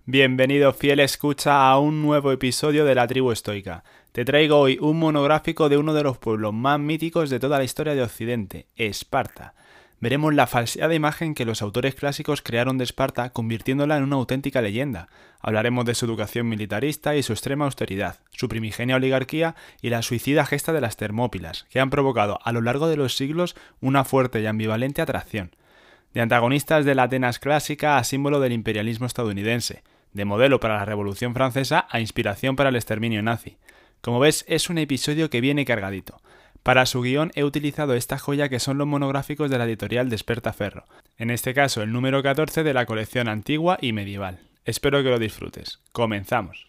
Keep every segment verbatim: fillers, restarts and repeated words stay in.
Bienvenido fiel escucha a un nuevo episodio de la Tribu Estoica. Te traigo hoy un monográfico de uno de los pueblos más míticos de toda la historia de Occidente, Esparta. Veremos la falseada imagen que los autores clásicos crearon de Esparta, convirtiéndola en una auténtica leyenda. Hablaremos de su educación militarista y su extrema austeridad, su primigenia oligarquía y la suicida gesta de las Termópilas, que han provocado a lo largo de los siglos una fuerte y ambivalente atracción. De antagonistas de la Atenas clásica a símbolo del imperialismo estadounidense, de modelo para la Revolución Francesa a inspiración para el exterminio nazi. Como ves, es un episodio que viene cargadito. Para su guión he utilizado esta joya que son los monográficos de la editorial Despertaferro, en este caso el número catorce de la colección antigua y medieval. Espero que lo disfrutes. ¡Comenzamos!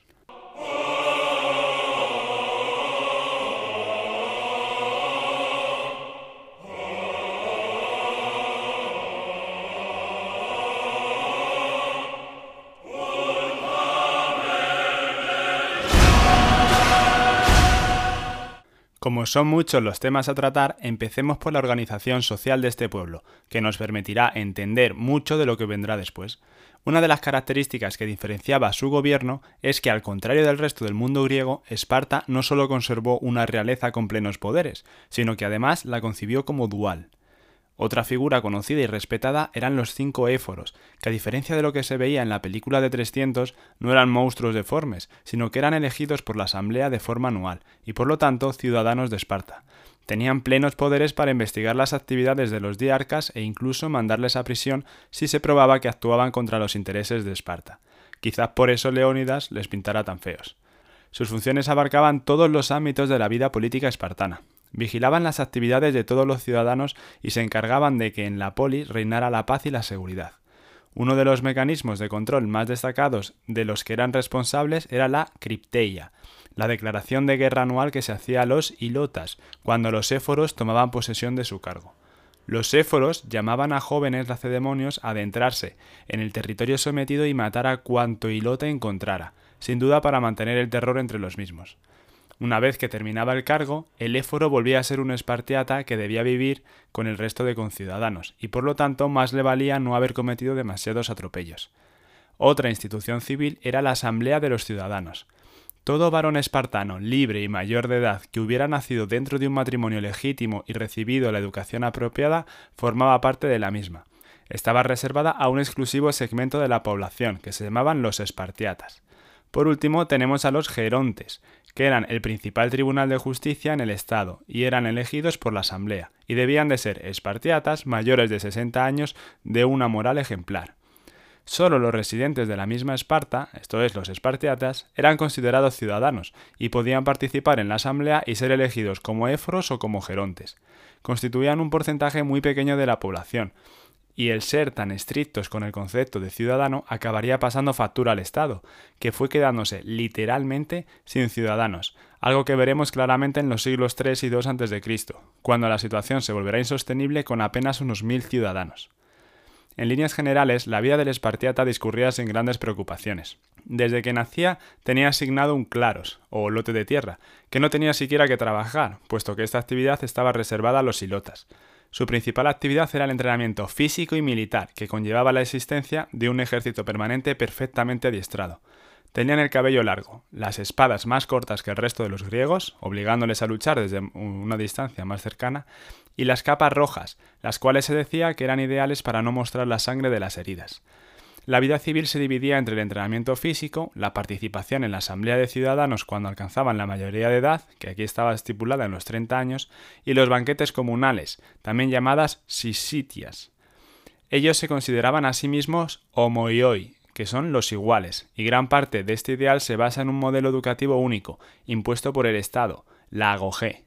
Como son muchos los temas a tratar, empecemos por la organización social de este pueblo, que nos permitirá entender mucho de lo que vendrá después. Una de las características que diferenciaba su gobierno es que, al contrario del resto del mundo griego, Esparta no solo conservó una realeza con plenos poderes, sino que además la concibió como dual. Otra figura conocida y respetada eran los cinco éforos, que a diferencia de lo que se veía en la película de trescientos, no eran monstruos deformes, sino que eran elegidos por la asamblea de forma anual, y por lo tanto ciudadanos de Esparta. Tenían plenos poderes para investigar las actividades de los diarcas e incluso mandarles a prisión si se probaba que actuaban contra los intereses de Esparta. Quizás por eso Leónidas les pintara tan feos. Sus funciones abarcaban todos los ámbitos de la vida política espartana. Vigilaban las actividades de todos los ciudadanos y se encargaban de que en la polis reinara la paz y la seguridad. Uno de los mecanismos de control más destacados de los que eran responsables era la cripteia, la declaración de guerra anual que se hacía a los ilotas, cuando los éforos tomaban posesión de su cargo. Los éforos llamaban a jóvenes lacedemonios a adentrarse en el territorio sometido y matar a cuanto ilota encontrara, sin duda para mantener el terror entre los mismos. Una vez que terminaba el cargo, el éforo volvía a ser un espartiata que debía vivir con el resto de conciudadanos, y por lo tanto más le valía no haber cometido demasiados atropellos. Otra institución civil era la Asamblea de los Ciudadanos. Todo varón espartano, libre y mayor de edad, que hubiera nacido dentro de un matrimonio legítimo y recibido la educación apropiada, formaba parte de la misma. Estaba reservada a un exclusivo segmento de la población, que se llamaban los espartiatas. Por último tenemos a los gerontes, que eran el principal tribunal de justicia en el estado y eran elegidos por la asamblea, y debían de ser espartiatas mayores de sesenta años de una moral ejemplar. Solo los residentes de la misma Esparta, esto es los espartiatas, eran considerados ciudadanos y podían participar en la asamblea y ser elegidos como éforos o como gerontes. Constituían un porcentaje muy pequeño de la población, y el ser tan estrictos con el concepto de ciudadano acabaría pasando factura al Estado, que fue quedándose literalmente sin ciudadanos, algo que veremos claramente en los siglos tres y dos antes de Cristo, cuando la situación se volverá insostenible con apenas unos mil ciudadanos. En líneas generales, la vida del espartiata discurría sin grandes preocupaciones. Desde que nacía tenía asignado un claros, o lote de tierra, que no tenía siquiera que trabajar, puesto que esta actividad estaba reservada a los ilotas. Su principal actividad era el entrenamiento físico y militar, que conllevaba la existencia de un ejército permanente perfectamente adiestrado. Tenían el cabello largo, las espadas más cortas que el resto de los griegos, obligándoles a luchar desde una distancia más cercana, y las capas rojas, las cuales se decía que eran ideales para no mostrar la sangre de las heridas. La vida civil se dividía entre el entrenamiento físico, la participación en la asamblea de ciudadanos cuando alcanzaban la mayoría de edad, que aquí estaba estipulada en los treinta años, y los banquetes comunales, también llamadas sisitias. Ellos se consideraban a sí mismos homoioi, que son los iguales, y gran parte de este ideal se basa en un modelo educativo único, impuesto por el Estado, la agogé.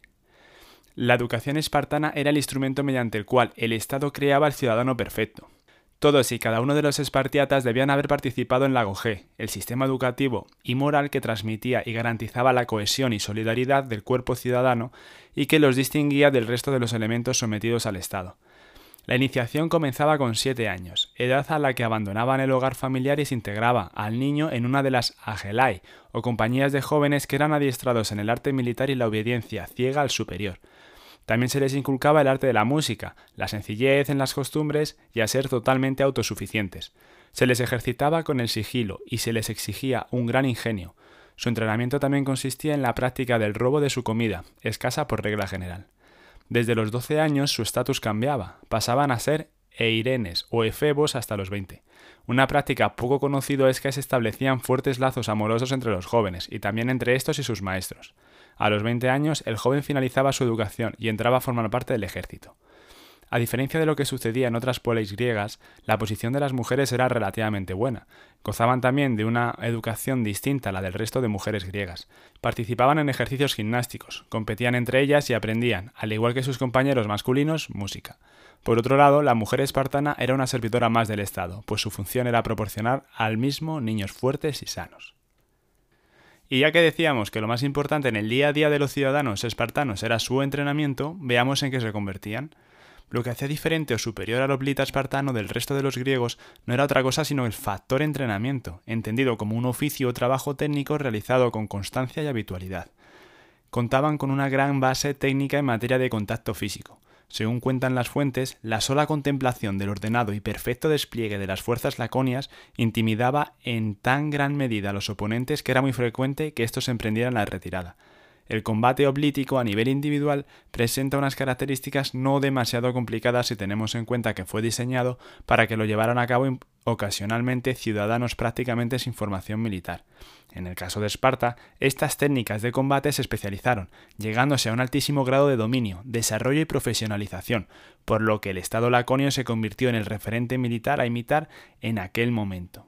La educación espartana era el instrumento mediante el cual el Estado creaba al ciudadano perfecto. Todos y cada uno de los espartiatas debían haber participado en la agogé, el sistema educativo y moral que transmitía y garantizaba la cohesión y solidaridad del cuerpo ciudadano y que los distinguía del resto de los elementos sometidos al Estado. La iniciación comenzaba con siete años, edad a la que abandonaban el hogar familiar y se integraba al niño en una de las agelai, o compañías de jóvenes que eran adiestrados en el arte militar y la obediencia ciega al superior. También se les inculcaba el arte de la música, la sencillez en las costumbres y a ser totalmente autosuficientes. Se les ejercitaba con el sigilo y se les exigía un gran ingenio. Su entrenamiento también consistía en la práctica del robo de su comida, escasa por regla general. Desde los doce años su estatus cambiaba, pasaban a ser eirenes o efebos hasta los veinte. Una práctica poco conocida es que se establecían fuertes lazos amorosos entre los jóvenes y también entre estos y sus maestros. A los veinte años el joven finalizaba su educación y entraba a formar parte del ejército. A diferencia de lo que sucedía en otras polis griegas, la posición de las mujeres era relativamente buena. Gozaban también de una educación distinta a la del resto de mujeres griegas. Participaban en ejercicios gimnásticos, competían entre ellas y aprendían, al igual que sus compañeros masculinos, música. Por otro lado, la mujer espartana era una servidora más del Estado, pues su función era proporcionar al mismo niños fuertes y sanos. Y ya que decíamos que lo más importante en el día a día de los ciudadanos espartanos era su entrenamiento, veamos en qué se convertían. Lo que hacía diferente o superior al hoplita espartano del resto de los griegos no era otra cosa sino el factor entrenamiento, entendido como un oficio o trabajo técnico realizado con constancia y habitualidad. Contaban con una gran base técnica en materia de contacto físico. Según cuentan las fuentes, la sola contemplación del ordenado y perfecto despliegue de las fuerzas laconias intimidaba en tan gran medida a los oponentes que era muy frecuente que estos emprendieran la retirada. El combate oblítico a nivel individual presenta unas características no demasiado complicadas si tenemos en cuenta que fue diseñado para que lo llevaran a cabo ocasionalmente ciudadanos prácticamente sin formación militar. En el caso de Esparta, estas técnicas de combate se especializaron, llegándose a un altísimo grado de dominio, desarrollo y profesionalización, por lo que el Estado laconio se convirtió en el referente militar a imitar en aquel momento.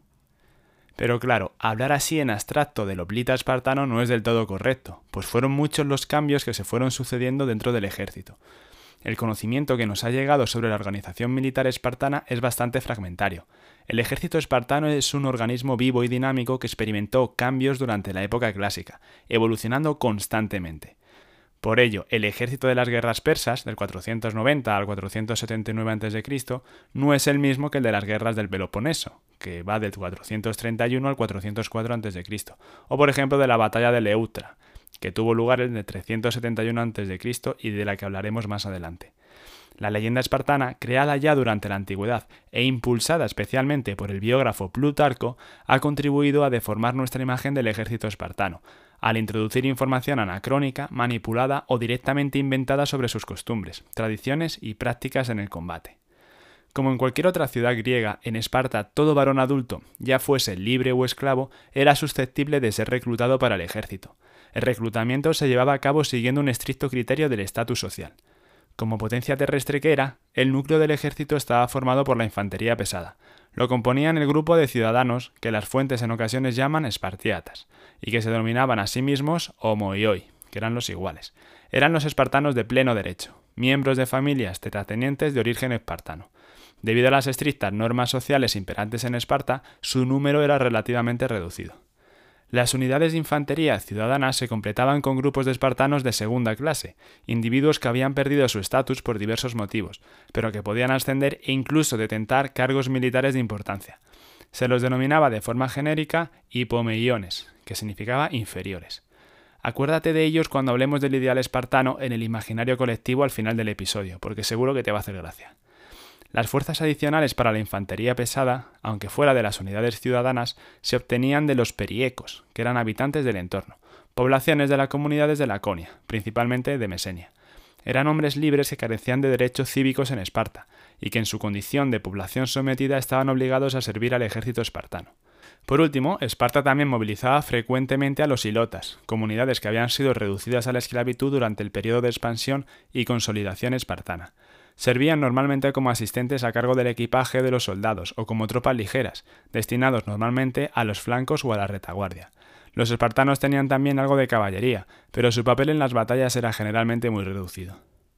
Pero claro, hablar así en abstracto del hoplita espartano no es del todo correcto, pues fueron muchos los cambios que se fueron sucediendo dentro del ejército. El conocimiento que nos ha llegado sobre la organización militar espartana es bastante fragmentario. El ejército espartano es un organismo vivo y dinámico que experimentó cambios durante la época clásica, evolucionando constantemente. Por ello, el ejército de las guerras persas, del cuatrocientos noventa al cuatrocientos setenta y nueve antes de Cristo, no es el mismo que el de las guerras del Peloponeso, que va del cuatrocientos treinta y uno al cuatrocientos cuatro antes de Cristo, o por ejemplo de la batalla de Leuctra, que tuvo lugar en el trescientos setenta y uno antes de Cristo y de la que hablaremos más adelante. La leyenda espartana, creada ya durante la antigüedad e impulsada especialmente por el biógrafo Plutarco, ha contribuido a deformar nuestra imagen del ejército espartano, al introducir información anacrónica, manipulada o directamente inventada sobre sus costumbres, tradiciones y prácticas en el combate. Como en cualquier otra ciudad griega, en Esparta todo varón adulto, ya fuese libre o esclavo, era susceptible de ser reclutado para el ejército. El reclutamiento se llevaba a cabo siguiendo un estricto criterio del estatus social. Como potencia terrestre que era, el núcleo del ejército estaba formado por la infantería pesada. Lo componían el grupo de ciudadanos que las fuentes en ocasiones llaman espartiatas, y que se denominaban a sí mismos homoioi, que eran los iguales. Eran los espartanos de pleno derecho, miembros de familias terratenientes de origen espartano. Debido a las estrictas normas sociales imperantes en Esparta, su número era relativamente reducido. Las unidades de infantería ciudadanas se completaban con grupos de espartanos de segunda clase, individuos que habían perdido su estatus por diversos motivos, pero que podían ascender e incluso detentar cargos militares de importancia. Se los denominaba de forma genérica hipomeiones, que significaba inferiores. Acuérdate de ellos cuando hablemos del ideal espartano en el imaginario colectivo al final del episodio, porque seguro que te va a hacer gracia. Las fuerzas adicionales para la infantería pesada, aunque fuera de las unidades ciudadanas, se obtenían de los periecos, que eran habitantes del entorno, poblaciones de las comunidades de Laconia, principalmente de Mesenia. Eran hombres libres que carecían de derechos cívicos en Esparta, y que en su condición de población sometida estaban obligados a servir al ejército espartano. Por último, Esparta también movilizaba frecuentemente a los hilotas, comunidades que habían sido reducidas a la esclavitud durante el periodo de expansión y consolidación espartana. Servían normalmente como asistentes a cargo del equipaje de los soldados o como tropas ligeras, destinados normalmente a los flancos o a la retaguardia. Los espartanos tenían también algo de caballería, pero su papel en las batallas era generalmente muy reducido.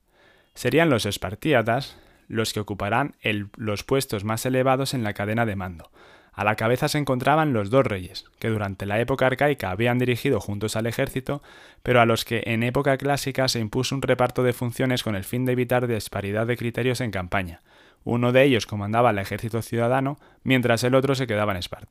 Serían los espartíatas los que ocuparán el, los puestos más elevados en la cadena de mando. A la cabeza se encontraban los dos reyes, que durante la época arcaica habían dirigido juntos al ejército, pero a los que en época clásica se impuso un reparto de funciones con el fin de evitar disparidad de criterios en campaña. Uno de ellos comandaba el ejército ciudadano, mientras el otro se quedaba en Esparta.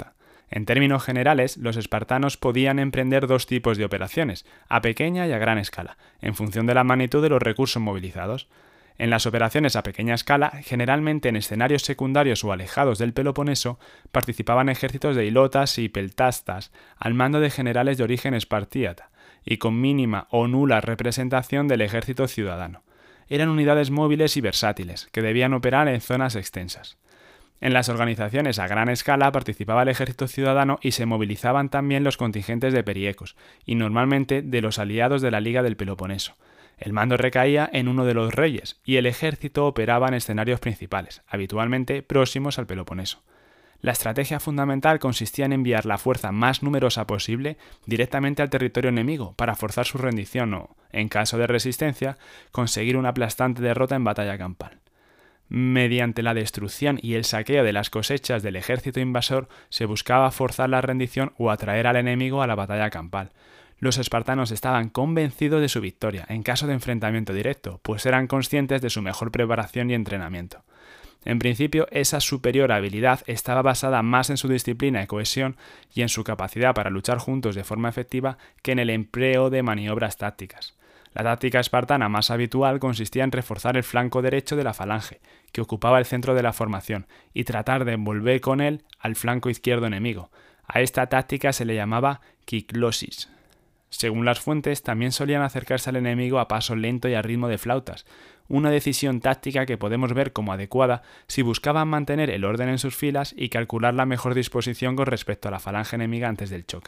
En términos generales, los espartanos podían emprender dos tipos de operaciones, a pequeña y a gran escala, en función de la magnitud de los recursos movilizados. En las operaciones a pequeña escala, generalmente en escenarios secundarios o alejados del Peloponeso, participaban ejércitos de hilotas y peltastas, al mando de generales de origen espartíata, y con mínima o nula representación del ejército ciudadano. Eran unidades móviles y versátiles, que debían operar en zonas extensas. En las organizaciones a gran escala participaba el ejército ciudadano y se movilizaban también los contingentes de periecos, y normalmente de los aliados de la Liga del Peloponeso. El mando recaía en uno de los reyes, y el ejército operaba en escenarios principales, habitualmente próximos al Peloponeso. La estrategia fundamental consistía en enviar la fuerza más numerosa posible directamente al territorio enemigo para forzar su rendición o, en caso de resistencia, conseguir una aplastante derrota en batalla campal. Mediante la destrucción y el saqueo de las cosechas del ejército invasor se buscaba forzar la rendición o atraer al enemigo a la batalla campal. Los espartanos estaban convencidos de su victoria en caso de enfrentamiento directo, pues eran conscientes de su mejor preparación y entrenamiento. En principio, esa superior habilidad estaba basada más en su disciplina y cohesión y en su capacidad para luchar juntos de forma efectiva que en el empleo de maniobras tácticas. La táctica espartana más habitual consistía en reforzar el flanco derecho de la falange, que ocupaba el centro de la formación, y tratar de envolver con él al flanco izquierdo enemigo. A esta táctica se le llamaba kiklosis. Según las fuentes, también solían acercarse al enemigo a paso lento y a ritmo de flautas, una decisión táctica que podemos ver como adecuada si buscaban mantener el orden en sus filas y calcular la mejor disposición con respecto a la falange enemiga antes del choque.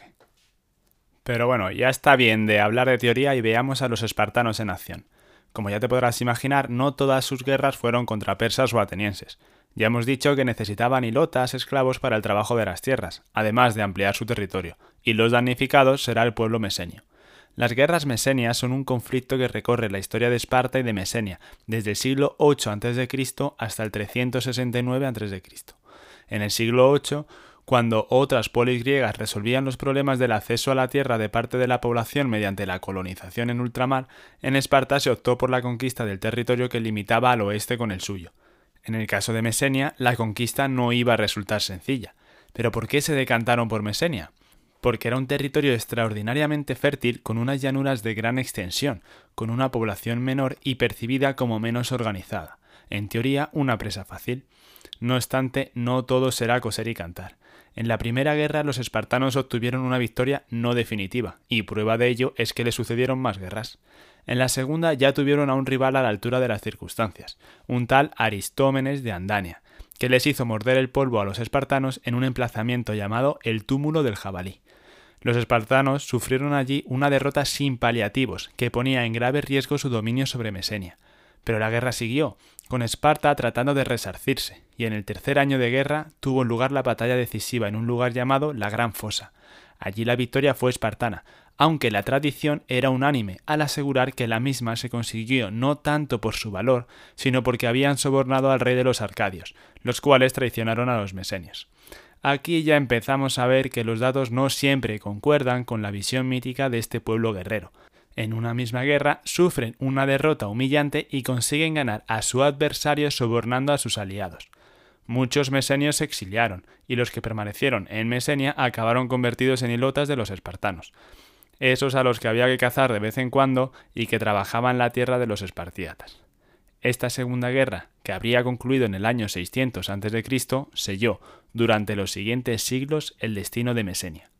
Pero bueno, ya está bien de hablar de teoría y veamos a los espartanos en acción. Como ya te podrás imaginar, no todas sus guerras fueron contra persas o atenienses. Ya hemos dicho que necesitaban hilotas, esclavos para el trabajo de las tierras, además de ampliar su territorio, y los damnificados será el pueblo mesenio. Las guerras mesenias son un conflicto que recorre la historia de Esparta y de Mesenia, desde el siglo ocho antes de Cristo hasta el trescientos sesenta y nueve antes de Cristo. En el siglo ocho, cuando otras polis griegas resolvían los problemas del acceso a la tierra de parte de la población mediante la colonización en ultramar, en Esparta se optó por la conquista del territorio que limitaba al oeste con el suyo. En el caso de Mesenia, la conquista no iba a resultar sencilla. ¿Pero por qué se decantaron por Mesenia? Porque era un territorio extraordinariamente fértil con unas llanuras de gran extensión, con una población menor y percibida como menos organizada. En teoría, una presa fácil. No obstante, no todo será coser y cantar. En la primera guerra los espartanos obtuvieron una victoria no definitiva, y prueba de ello es que le sucedieron más guerras. En la segunda ya tuvieron a un rival a la altura de las circunstancias, un tal Aristómenes de Andania, que les hizo morder el polvo a los espartanos en un emplazamiento llamado el túmulo del jabalí. Los espartanos sufrieron allí una derrota sin paliativos, que ponía en grave riesgo su dominio sobre Mesenia. Pero la guerra siguió, con Esparta tratando de resarcirse, y en el tercer año de guerra tuvo lugar la batalla decisiva en un lugar llamado la Gran Fosa. Allí la victoria fue espartana, aunque la tradición era unánime al asegurar que la misma se consiguió no tanto por su valor, sino porque habían sobornado al rey de los arcadios, los cuales traicionaron a los mesenios. Aquí ya empezamos a ver que los datos no siempre concuerdan con la visión mítica de este pueblo guerrero. En una misma guerra sufren una derrota humillante y consiguen ganar a su adversario sobornando a sus aliados. Muchos mesenios se exiliaron, y los que permanecieron en Mesenia acabaron convertidos en hilotas de los espartanos, esos a los que había que cazar de vez en cuando y que trabajaban la tierra de los espartíatas. Esta segunda guerra, que habría concluido en el año seiscientos antes de Cristo, selló, durante los siguientes siglos, el destino de Mesenia.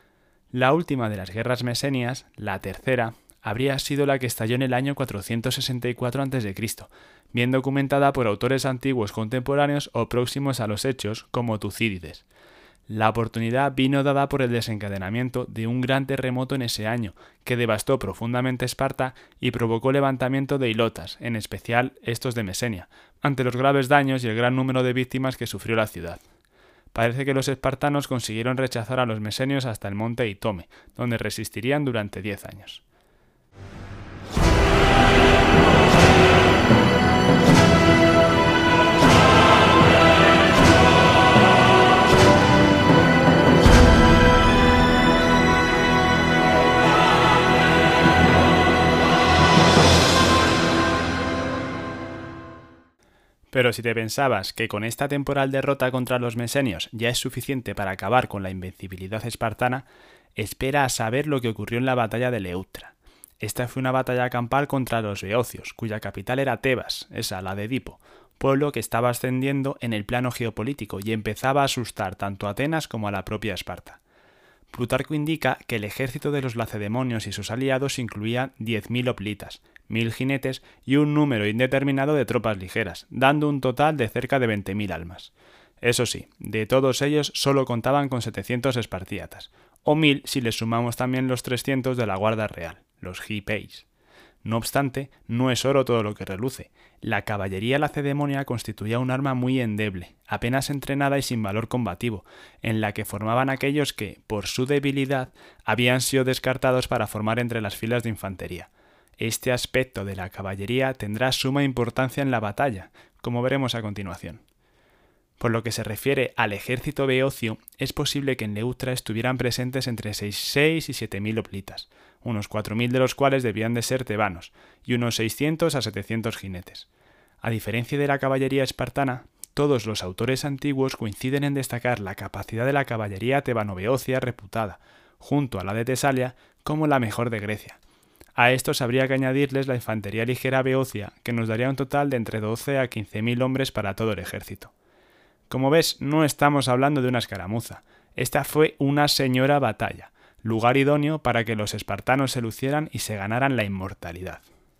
La última de las guerras mesenias, la tercera, habría sido la que estalló en el año cuatrocientos sesenta y cuatro antes de Cristo, bien documentada por autores antiguos contemporáneos o próximos a los hechos, como Tucídides. La oportunidad vino dada por el desencadenamiento de un gran terremoto en ese año, que devastó profundamente Esparta y provocó levantamiento de hilotas, en especial estos de Mesenia, ante los graves daños y el gran número de víctimas que sufrió la ciudad. Parece que los espartanos consiguieron rechazar a los mesenios hasta el monte Itome, donde resistirían durante diez años. Pero si te pensabas que con esta temporal derrota contra los mesenios ya es suficiente para acabar con la invencibilidad espartana, espera a saber lo que ocurrió en la batalla de Leuctra. Esta fue una batalla campal contra los beocios, cuya capital era Tebas, esa, la de Edipo, pueblo que estaba ascendiendo en el plano geopolítico y empezaba a asustar tanto a Atenas como a la propia Esparta. Plutarco indica que el ejército de los lacedemonios y sus aliados incluía diez mil hoplitas, mil jinetes y un número indeterminado de tropas ligeras, dando un total de cerca de veinte mil almas. Eso sí, de todos ellos solo contaban con setecientos espartíatas, o mil si les sumamos también los trescientos de la Guardia Real, los hipeis. No obstante, no es oro todo lo que reluce. La caballería lacedemonia constituía un arma muy endeble, apenas entrenada y sin valor combativo, en la que formaban aquellos que, por su debilidad, habían sido descartados para formar entre las filas de infantería. Este aspecto de la caballería tendrá suma importancia en la batalla, como veremos a continuación. Por lo que se refiere al ejército beocio, es posible que en Leuctra estuvieran presentes entre seis y siete mil hoplitas, unos cuatro mil de los cuales debían de ser tebanos, y unos seiscientos a setecientos jinetes. A diferencia de la caballería espartana, todos los autores antiguos coinciden en destacar la capacidad de la caballería tebano-beocia reputada, junto a la de Tesalia, como la mejor de Grecia. A estos habría que añadirles la infantería ligera beocia, que nos daría un total de entre doce a quince mil hombres para todo el ejército. Como ves, no estamos hablando de una escaramuza. Esta fue una señora batalla, lugar idóneo para que los espartanos se lucieran y se ganaran la inmortalidad.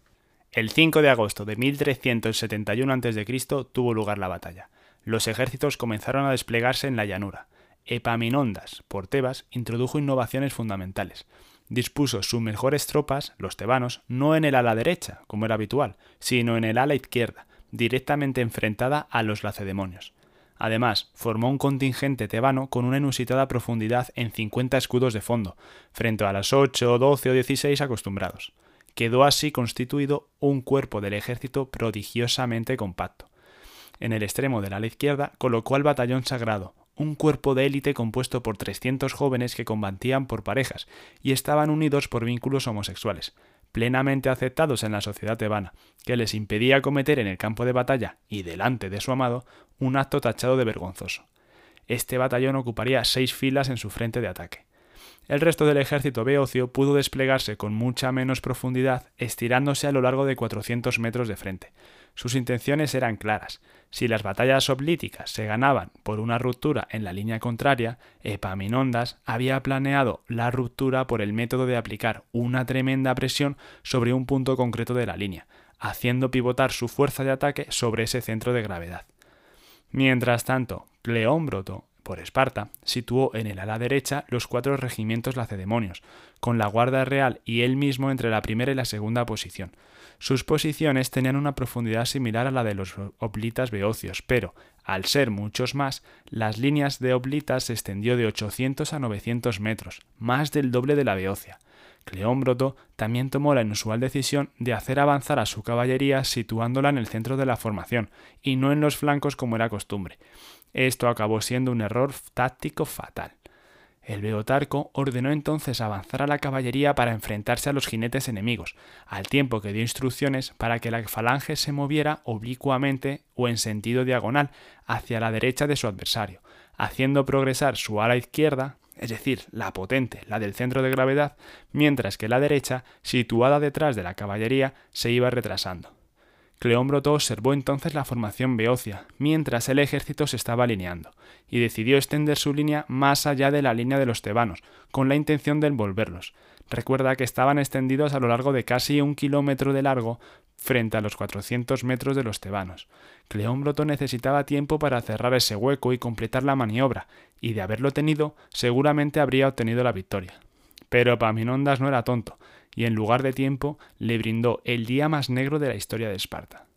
El cinco de agosto de mil trescientos setenta y uno antes de Cristo tuvo lugar la batalla. Los ejércitos comenzaron a desplegarse en la llanura. Epaminondas, por Tebas, introdujo innovaciones fundamentales. Dispuso sus mejores tropas, los tebanos, no en el ala derecha, como era habitual, sino en el ala izquierda, directamente enfrentada a los lacedemonios. Además, formó un contingente tebano con una inusitada profundidad en cincuenta escudos de fondo, frente a las ocho, doce o dieciséis acostumbrados. Quedó así constituido un cuerpo del ejército prodigiosamente compacto. En el extremo del ala izquierda colocó al batallón sagrado, un cuerpo de élite compuesto por trescientos jóvenes que combatían por parejas y estaban unidos por vínculos homosexuales, plenamente aceptados en la sociedad tebana, que les impedía cometer en el campo de batalla y delante de su amado un acto tachado de vergonzoso. Este batallón ocuparía seis filas en su frente de ataque. El resto del ejército beocio pudo desplegarse con mucha menos profundidad, estirándose a lo largo de cuatrocientos metros de frente. Sus intenciones eran claras. Si las batallas hoplíticas se ganaban por una ruptura en la línea contraria, Epaminondas había planeado la ruptura por el método de aplicar una tremenda presión sobre un punto concreto de la línea, haciendo pivotar su fuerza de ataque sobre ese centro de gravedad. Mientras tanto, Cleómbroto, por Esparta, situó en el ala derecha los cuatro regimientos lacedemonios, con la Guardia Real y él mismo entre la primera y la segunda posición. Sus posiciones tenían una profundidad similar a la de los hoplitas beocios, pero, al ser muchos más, las líneas de hoplitas se extendió de ochocientos a novecientos metros, más del doble de la beocia. Cleómbroto también tomó la inusual decisión de hacer avanzar a su caballería situándola en el centro de la formación, y no en los flancos como era costumbre. Esto acabó siendo un error táctico fatal. El Beotarco ordenó entonces avanzar a la caballería para enfrentarse a los jinetes enemigos, al tiempo que dio instrucciones para que la falange se moviera oblicuamente o en sentido diagonal hacia la derecha de su adversario, haciendo progresar su ala izquierda, es decir, la potente, la del centro de gravedad, mientras que la derecha, situada detrás de la caballería, se iba retrasando. Cleómbroto observó entonces la formación beocia, mientras el ejército se estaba alineando, y decidió extender su línea más allá de la línea de los tebanos, con la intención de envolverlos. Recuerda que estaban extendidos a lo largo de casi un kilómetro de largo frente a los cuatrocientos metros de los tebanos. Cleómbroto necesitaba tiempo para cerrar ese hueco y completar la maniobra, y de haberlo tenido, seguramente habría obtenido la victoria. Pero Epaminondas no era tonto, y en lugar de tiempo le brindó el día más negro de la historia de Esparta.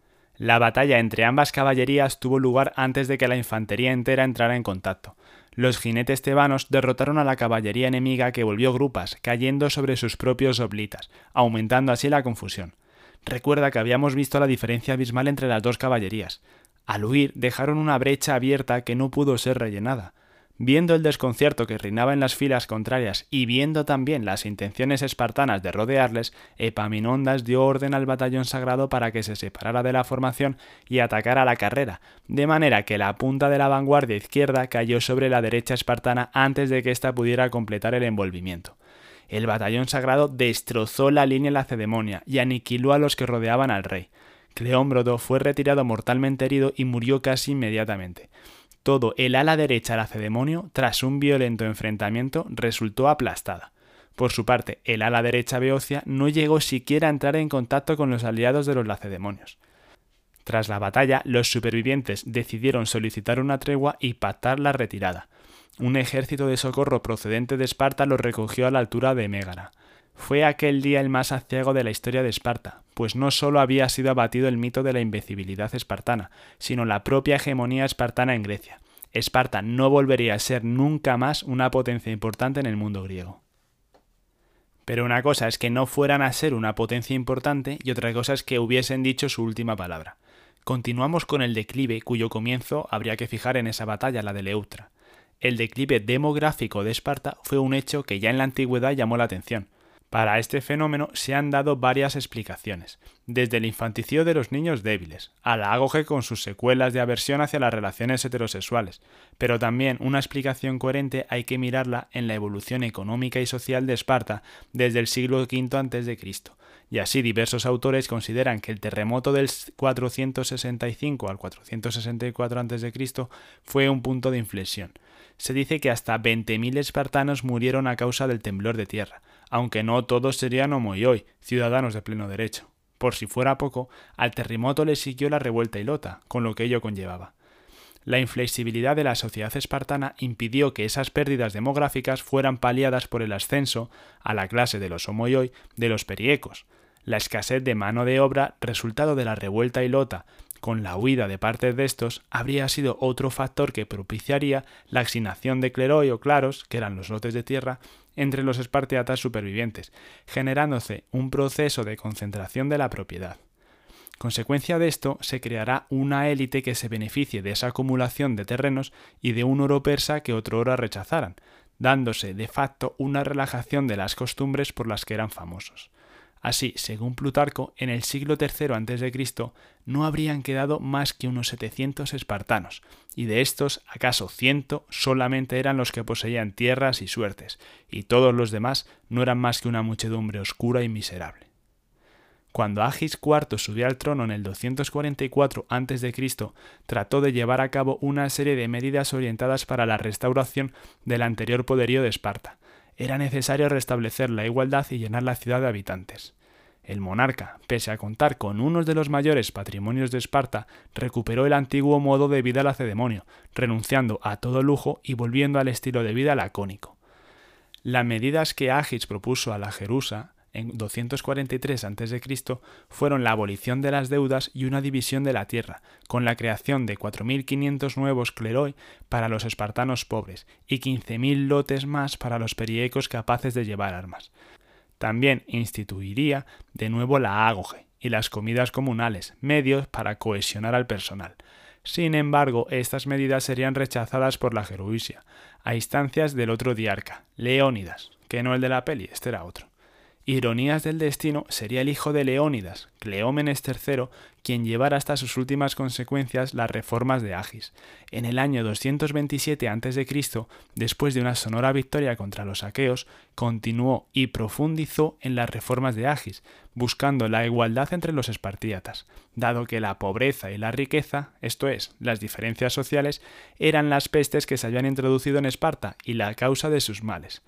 La batalla entre ambas caballerías tuvo lugar antes de que la infantería entera entrara en contacto. Los jinetes tebanos derrotaron a la caballería enemiga que volvió grupas, cayendo sobre sus propios hoplitas, aumentando así la confusión. Recuerda que habíamos visto la diferencia abismal entre las dos caballerías. Al huir dejaron una brecha abierta que no pudo ser rellenada. Viendo el desconcierto que reinaba en las filas contrarias y viendo también las intenciones espartanas de rodearles, Epaminondas dio orden al batallón sagrado para que se separara de la formación y atacara la carrera, de manera que la punta de la vanguardia izquierda cayó sobre la derecha espartana antes de que ésta pudiera completar el envolvimiento. El batallón sagrado destrozó la línea lacedemonia y aniquiló a los que rodeaban al rey. Cleómbroto fue retirado mortalmente herido y murió casi inmediatamente. Todo el ala derecha lacedemonio, tras un violento enfrentamiento, resultó aplastada. Por su parte, el ala derecha beocia no llegó siquiera a entrar en contacto con los aliados de los lacedemonios. Tras la batalla, los supervivientes decidieron solicitar una tregua y pactar la retirada. Un ejército de socorro procedente de Esparta los recogió a la altura de Mégara. Fue aquel día el más aciago de la historia de Esparta, pues no solo había sido abatido el mito de la invencibilidad espartana, sino la propia hegemonía espartana en Grecia. Esparta no volvería a ser nunca más una potencia importante en el mundo griego. Pero una cosa es que no fueran a ser una potencia importante y otra cosa es que hubiesen dicho su última palabra. Continuamos con el declive, cuyo comienzo habría que fijar en esa batalla, la de Leuctra. El declive demográfico de Esparta fue un hecho que ya en la antigüedad llamó la atención. Para este fenómeno se han dado varias explicaciones, desde el infanticidio de los niños débiles, a la ágoge con sus secuelas de aversión hacia las relaciones heterosexuales, pero también una explicación coherente hay que mirarla en la evolución económica y social de Esparta desde el siglo quinto antes de Cristo, y así diversos autores consideran que el terremoto del cuatrocientos sesenta y cinco al cuatrocientos sesenta y cuatro antes de Cristo fue un punto de inflexión. Se dice que hasta veinte mil espartanos murieron a causa del temblor de tierra, aunque no todos serían homoioi, ciudadanos de pleno derecho. Por si fuera poco, al terremoto le siguió la revuelta hilota, con lo que ello conllevaba. La inflexibilidad de la sociedad espartana impidió que esas pérdidas demográficas fueran paliadas por el ascenso a la clase de los homoioi de los periecos. La escasez de mano de obra, resultado de la revuelta hilota, con la huida de parte de estos, habría sido otro factor que propiciaría la asignación de cleroi o claros, que eran los lotes de tierra, entre los espartiatas supervivientes, generándose un proceso de concentración de la propiedad. Consecuencia de esto, se creará una élite que se beneficie de esa acumulación de terrenos y de un oro persa que otrora rechazaran, dándose de facto una relajación de las costumbres por las que eran famosos. Así, según Plutarco, en el siglo tercero antes de Cristo no habrían quedado más que unos setecientos espartanos, y de estos, acaso ciento solamente eran los que poseían tierras y suertes, y todos los demás no eran más que una muchedumbre oscura y miserable. Cuando Agis cuarto subió al trono en el doscientos cuarenta y cuatro antes de Cristo, trató de llevar a cabo una serie de medidas orientadas para la restauración del anterior poderío de Esparta. Era necesario restablecer la igualdad y llenar la ciudad de habitantes. El monarca, pese a contar con uno de los mayores patrimonios de Esparta, recuperó el antiguo modo de vida lacedemonio, renunciando a todo lujo y volviendo al estilo de vida lacónico. Las medidas que Agis propuso a la Jerusa en doscientos cuarenta y tres antes de Cristo fueron la abolición de las deudas y una división de la tierra, con la creación de cuatro mil quinientos nuevos cleroi para los espartanos pobres y quince mil lotes más para los periecos capaces de llevar armas. También instituiría de nuevo la ágoge y las comidas comunales, medios para cohesionar al personal. Sin embargo, estas medidas serían rechazadas por la Gerusia, a instancias del otro diarca, Leónidas, que no el de la peli, este era otro. Ironías del destino, sería el hijo de Leónidas, Cleómenes tercero, quien llevara hasta sus últimas consecuencias las reformas de Agis. En el año doscientos veintisiete antes de Cristo, después de una sonora victoria contra los aqueos, continuó y profundizó en las reformas de Agis, buscando la igualdad entre los espartíatas, dado que la pobreza y la riqueza, esto es, las diferencias sociales, eran las pestes que se habían introducido en Esparta y la causa de sus males.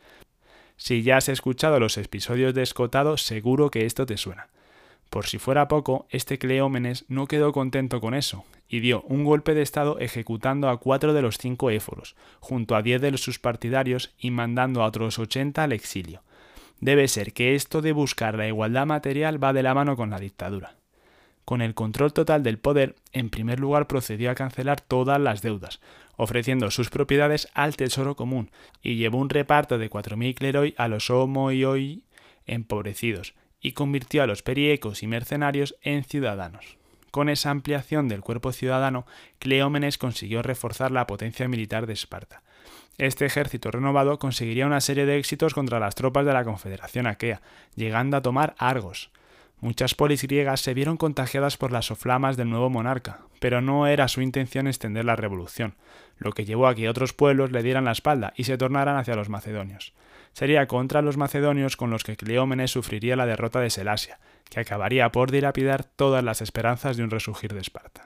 Si ya has escuchado los episodios de Escotado, seguro que esto te suena. Por si fuera poco, este Cleómenes no quedó contento con eso, y dio un golpe de estado ejecutando a cuatro de los cinco éforos, junto a diez de sus partidarios y mandando a otros ochenta al exilio. Debe ser que esto de buscar la igualdad material va de la mano con la dictadura. Con el control total del poder, en primer lugar procedió a cancelar todas las deudas, ofreciendo sus propiedades al tesoro común, y llevó un reparto de cuatro mil cleroi a los homoioi empobrecidos, y convirtió a los periecos y mercenarios en ciudadanos. Con esa ampliación del cuerpo ciudadano, Cleómenes consiguió reforzar la potencia militar de Esparta. Este ejército renovado conseguiría una serie de éxitos contra las tropas de la Confederación Aquea, llegando a tomar Argos. Muchas polis griegas se vieron contagiadas por las soflamas del nuevo monarca, pero no era su intención extender la revolución, lo que llevó a que otros pueblos le dieran la espalda y se tornaran hacia los macedonios. Sería contra los macedonios con los que Cleómenes sufriría la derrota de Selasia, que acabaría por dilapidar todas las esperanzas de un resurgir de Esparta.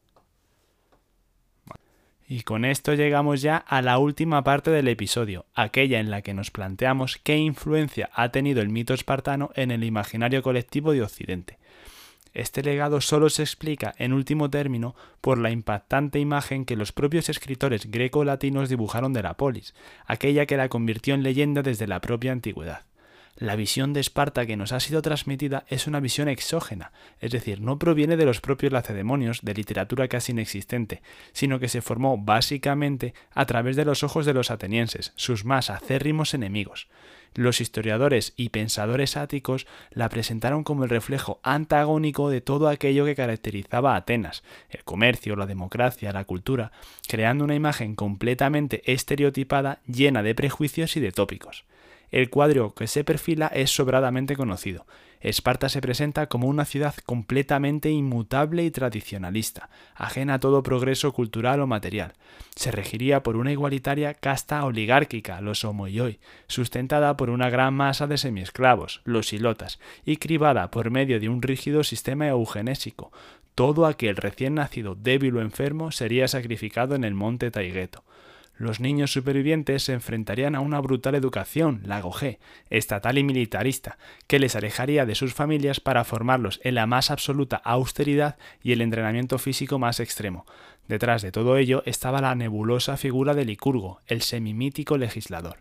Y con esto llegamos ya a la última parte del episodio, aquella en la que nos planteamos qué influencia ha tenido el mito espartano en el imaginario colectivo de Occidente. Este legado solo se explica, en último término, por la impactante imagen que los propios escritores greco-latinos dibujaron de la polis, aquella que la convirtió en leyenda desde la propia antigüedad. La visión de Esparta que nos ha sido transmitida es una visión exógena, es decir, no proviene de los propios lacedemonios, de literatura casi inexistente, sino que se formó básicamente a través de los ojos de los atenienses, sus más acérrimos enemigos. Los historiadores y pensadores áticos la presentaron como el reflejo antagónico de todo aquello que caracterizaba a Atenas, el comercio, la democracia, la cultura, creando una imagen completamente estereotipada, llena de prejuicios y de tópicos. El cuadro que se perfila es sobradamente conocido. Esparta se presenta como una ciudad completamente inmutable y tradicionalista, ajena a todo progreso cultural o material. Se regiría por una igualitaria casta oligárquica, los homoioi, sustentada por una gran masa de semiesclavos, los ilotas, y cribada por medio de un rígido sistema eugenésico. Todo aquel recién nacido débil o enfermo sería sacrificado en el monte Taygeto. Los niños supervivientes se enfrentarían a una brutal educación, la gogé, estatal y militarista, que les alejaría de sus familias para formarlos en la más absoluta austeridad y el entrenamiento físico más extremo. Detrás de todo ello estaba la nebulosa figura de Licurgo, el semimítico legislador.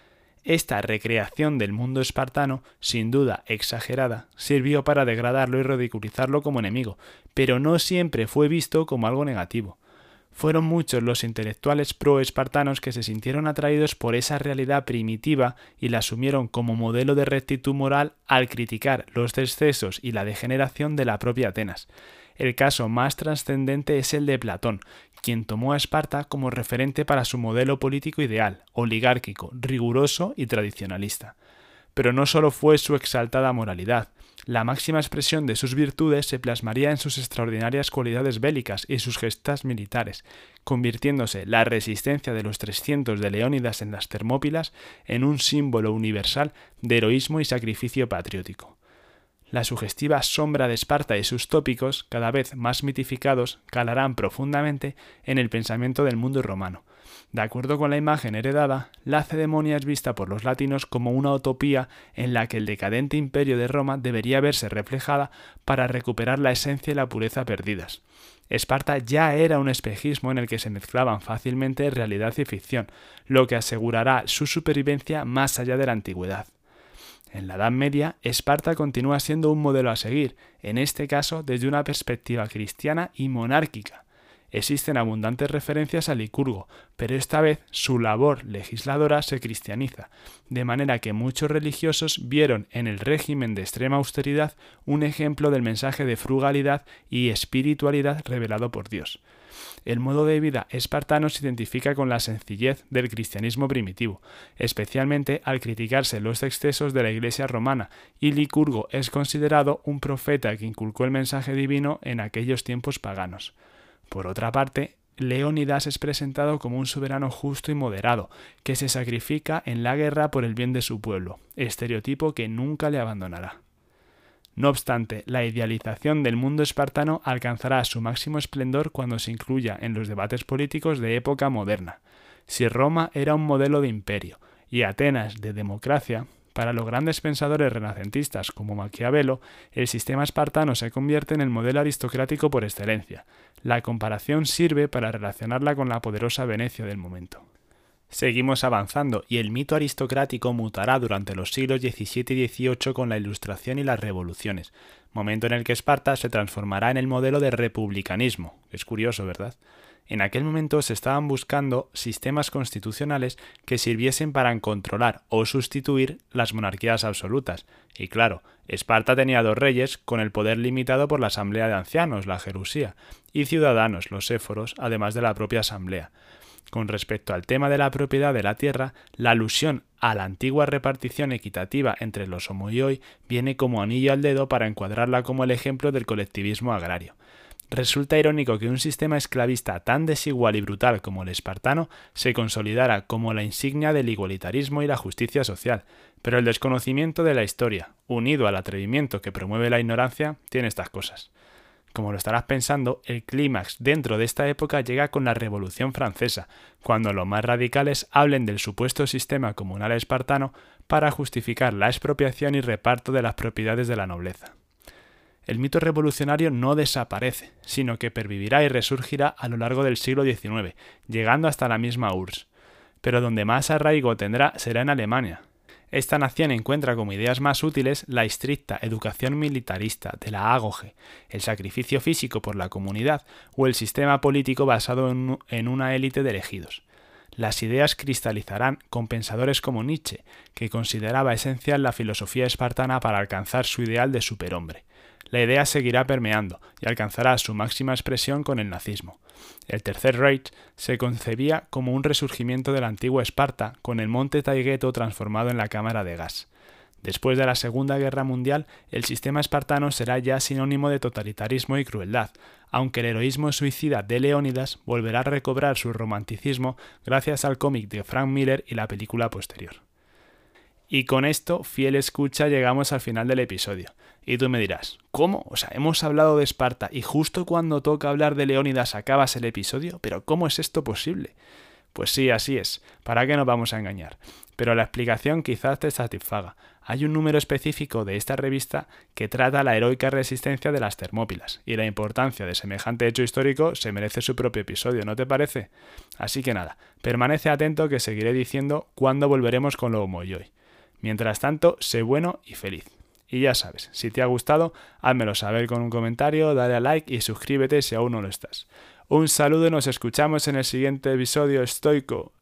Esta recreación del mundo espartano, sin duda exagerada, sirvió para degradarlo y ridiculizarlo como enemigo, pero no siempre fue visto como algo negativo. Fueron muchos los intelectuales pro-espartanos que se sintieron atraídos por esa realidad primitiva y la asumieron como modelo de rectitud moral al criticar los excesos y la degeneración de la propia Atenas. El caso más trascendente es el de Platón, quien tomó a Esparta como referente para su modelo político ideal, oligárquico, riguroso y tradicionalista. Pero no solo fue su exaltada moralidad. La máxima expresión de sus virtudes se plasmaría en sus extraordinarias cualidades bélicas y sus gestas militares, convirtiéndose la resistencia de los trescientos de Leónidas en las Termópilas en un símbolo universal de heroísmo y sacrificio patriótico. La sugestiva sombra de Esparta y sus tópicos, cada vez más mitificados, calarán profundamente en el pensamiento del mundo romano. De acuerdo con la imagen heredada, la Lacedemonia es vista por los latinos como una utopía en la que el decadente imperio de Roma debería verse reflejada para recuperar la esencia y la pureza perdidas. Esparta ya era un espejismo en el que se mezclaban fácilmente realidad y ficción, lo que asegurará su supervivencia más allá de la antigüedad. En la Edad Media, Esparta continúa siendo un modelo a seguir, en este caso desde una perspectiva cristiana y monárquica. Existen abundantes referencias a Licurgo, pero esta vez su labor legisladora se cristianiza, de manera que muchos religiosos vieron en el régimen de extrema austeridad un ejemplo del mensaje de frugalidad y espiritualidad revelado por Dios. El modo de vida espartano se identifica con la sencillez del cristianismo primitivo, especialmente al criticarse los excesos de la Iglesia romana, y Licurgo es considerado un profeta que inculcó el mensaje divino en aquellos tiempos paganos. Por otra parte, Leónidas es presentado como un soberano justo y moderado, que se sacrifica en la guerra por el bien de su pueblo, estereotipo que nunca le abandonará. No obstante, la idealización del mundo espartano alcanzará su máximo esplendor cuando se incluya en los debates políticos de época moderna. Si Roma era un modelo de imperio y Atenas de democracia, para los grandes pensadores renacentistas como Maquiavelo, el sistema espartano se convierte en el modelo aristocrático por excelencia. La comparación sirve para relacionarla con la poderosa Venecia del momento. Seguimos avanzando y el mito aristocrático mutará durante los siglos diecisiete y dieciocho con la Ilustración y las revoluciones, momento en el que Esparta se transformará en el modelo de republicanismo. Es curioso, ¿verdad? En aquel momento se estaban buscando sistemas constitucionales que sirviesen para controlar o sustituir las monarquías absolutas. Y claro, Esparta tenía dos reyes con el poder limitado por la asamblea de ancianos, la Gerusía, y ciudadanos, los éforos, además de la propia asamblea. Con respecto al tema de la propiedad de la tierra, la alusión a la antigua repartición equitativa entre los homoioi viene como anillo al dedo para encuadrarla como el ejemplo del colectivismo agrario. Resulta irónico que un sistema esclavista tan desigual y brutal como el espartano se consolidara como la insignia del igualitarismo y la justicia social, pero el desconocimiento de la historia, unido al atrevimiento que promueve la ignorancia, tiene estas cosas. Como lo estarás pensando, el clímax dentro de esta época llega con la Revolución Francesa, cuando los más radicales hablen del supuesto sistema comunal espartano para justificar la expropiación y reparto de las propiedades de la nobleza. El mito revolucionario no desaparece, sino que pervivirá y resurgirá a lo largo del siglo diecinueve, llegando hasta la misma U R S S. Pero donde más arraigo tendrá será en Alemania. Esta nación encuentra como ideas más útiles la estricta educación militarista de la Agoge, el sacrificio físico por la comunidad o el sistema político basado en, en una élite de elegidos. Las ideas cristalizarán con pensadores como Nietzsche, que consideraba esencial la filosofía espartana para alcanzar su ideal de superhombre. La idea seguirá permeando y alcanzará su máxima expresión con el nazismo. El Tercer Reich se concebía como un resurgimiento de la antigua Esparta, con el monte Taygeto transformado en la cámara de gas. Después de la Segunda Guerra Mundial, el sistema espartano será ya sinónimo de totalitarismo y crueldad, aunque el heroísmo suicida de Leónidas volverá a recobrar su romanticismo gracias al cómic de Frank Miller y la película posterior. Y con esto, fiel escucha, llegamos al final del episodio. Y tú me dirás, ¿cómo? O sea, hemos hablado de Esparta y justo cuando toca hablar de Leónidas acabas el episodio, ¿pero cómo es esto posible? Pues sí, así es, ¿para qué nos vamos a engañar? Pero la explicación quizás te satisfaga. Hay un número específico de esta revista que trata la heroica resistencia de las Termópilas, y la importancia de semejante hecho histórico se merece su propio episodio, ¿no te parece? Así que nada, permanece atento que seguiré diciendo cuándo volveremos con lo homoioi. Mientras tanto, sé bueno y feliz. Y ya sabes, si te ha gustado, házmelo saber con un comentario, dale a like y suscríbete si aún no lo estás. Un saludo y nos escuchamos en el siguiente episodio estoico.